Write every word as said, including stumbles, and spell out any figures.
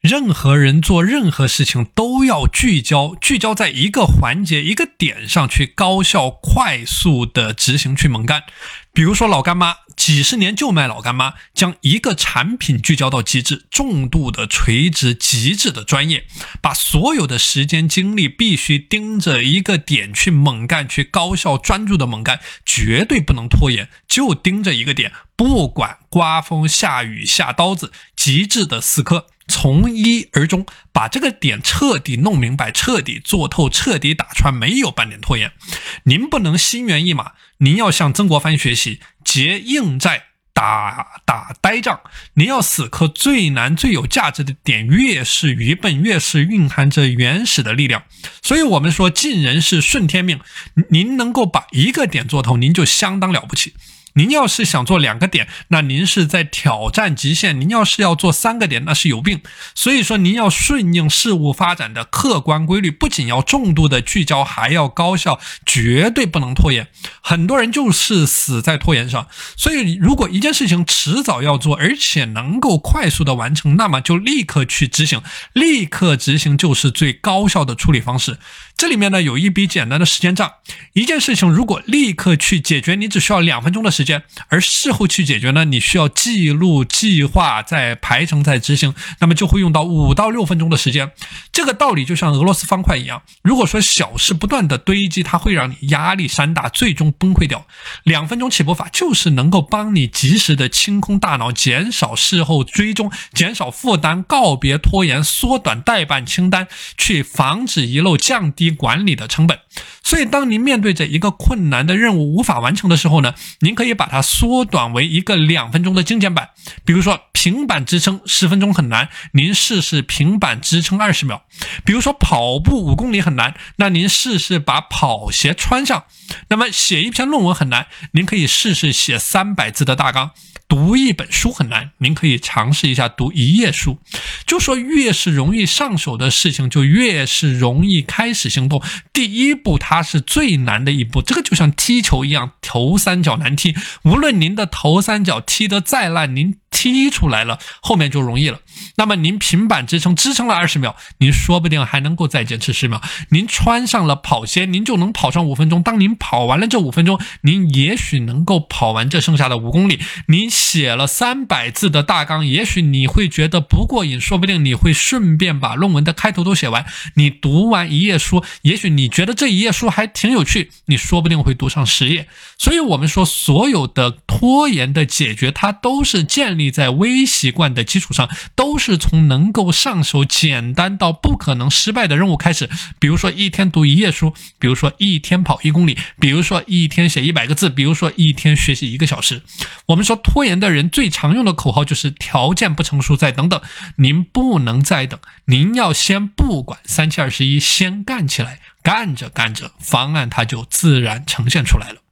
任何人做任何事情都要聚焦，聚焦在一个环节、一个点上去高效、快速的执行去猛干。比如说老干妈，几十年就卖老干妈，将一个产品聚焦到极致，重度的垂直极致的专业，把所有的时间精力必须盯着一个点去猛干，去高效专注的猛干，绝对不能拖延，就盯着一个点，不管刮风下雨下刀子，极致的死磕，从一而终，把这个点彻底弄明白，彻底做透，彻底打穿，没有半点拖延。您不能心猿意马，您要向曾国藩学习，结硬债，打打呆仗，您要死磕最难最有价值的点，越是愚笨，越是蕴含着原始的力量。所以我们说尽人事顺天命，您能够把一个点做透，您就相当了不起。您要是想做两个点，那您是在挑战极限，您要是要做三个点，那是有病。所以说您要顺应事物发展的客观规律，不仅要重度的聚焦，还要高效，绝对不能拖延。很多人就是死在拖延上，所以如果一件事情迟早要做，而且能够快速的完成，那么就立刻去执行，立刻执行就是最高效的处理方式。这里面呢有一笔简单的时间账，一件事情如果立刻去解决，你只需要两分钟的时间，而事后去解决呢，你需要记录、计划、再排程、再执行，那么就会用到五到六分钟的时间。这个道理就像俄罗斯方块一样，如果说小事不断的堆积，它会让你压力山大，最终崩溃掉。两分钟起步法就是能够帮你及时的清空大脑，减少事后追踪，减少负担，告别拖延，缩短待办清单，去防止遗漏，降低管理的成本。所以当您面对着一个困难的任务无法完成的时候呢，您可以把它缩短为一个两分钟的精简版。比如说平板支撑十分钟很难，您试试平板支撑二十秒。比如说跑步五公里很难，那您试试把跑鞋穿上。那么写一篇论文很难，您可以试试写三百字的大纲。读一本书很难，您可以尝试一下读一页书。就说越是容易上手的事情，就越是容易开始行动。第一步它是最难的一步，这个就像踢球一样，头三脚难踢。无论您的头三脚踢得再烂，您踢出来了，后面就容易了。那么您平板支撑支撑了二十秒，您说不定还能够再坚持十秒。您穿上了跑鞋，您就能跑上五分钟。当您跑完了这五分钟，您也许能够跑完这剩下的五公里。您写了三百字的大纲，也许你会觉得不过瘾，说不定你会顺便把论文的开头都写完。你读完一页书，也许你觉得这一页书还挺有趣，你说不定会读上十页。所以我们说所有的拖延的解决，它都是建立在微习惯的基础上，都是从能够上手简单到不可能失败的任务开始。比如说一天读一页书，比如说一天跑一公里，比如说一天写一百个字，比如说一天学习一个小时。我们说拖延的人最常用的口号就是条件不成熟再等等。您不能再等，您要先不管三七二十一，先干起来，干着干着方案它就自然呈现出来了。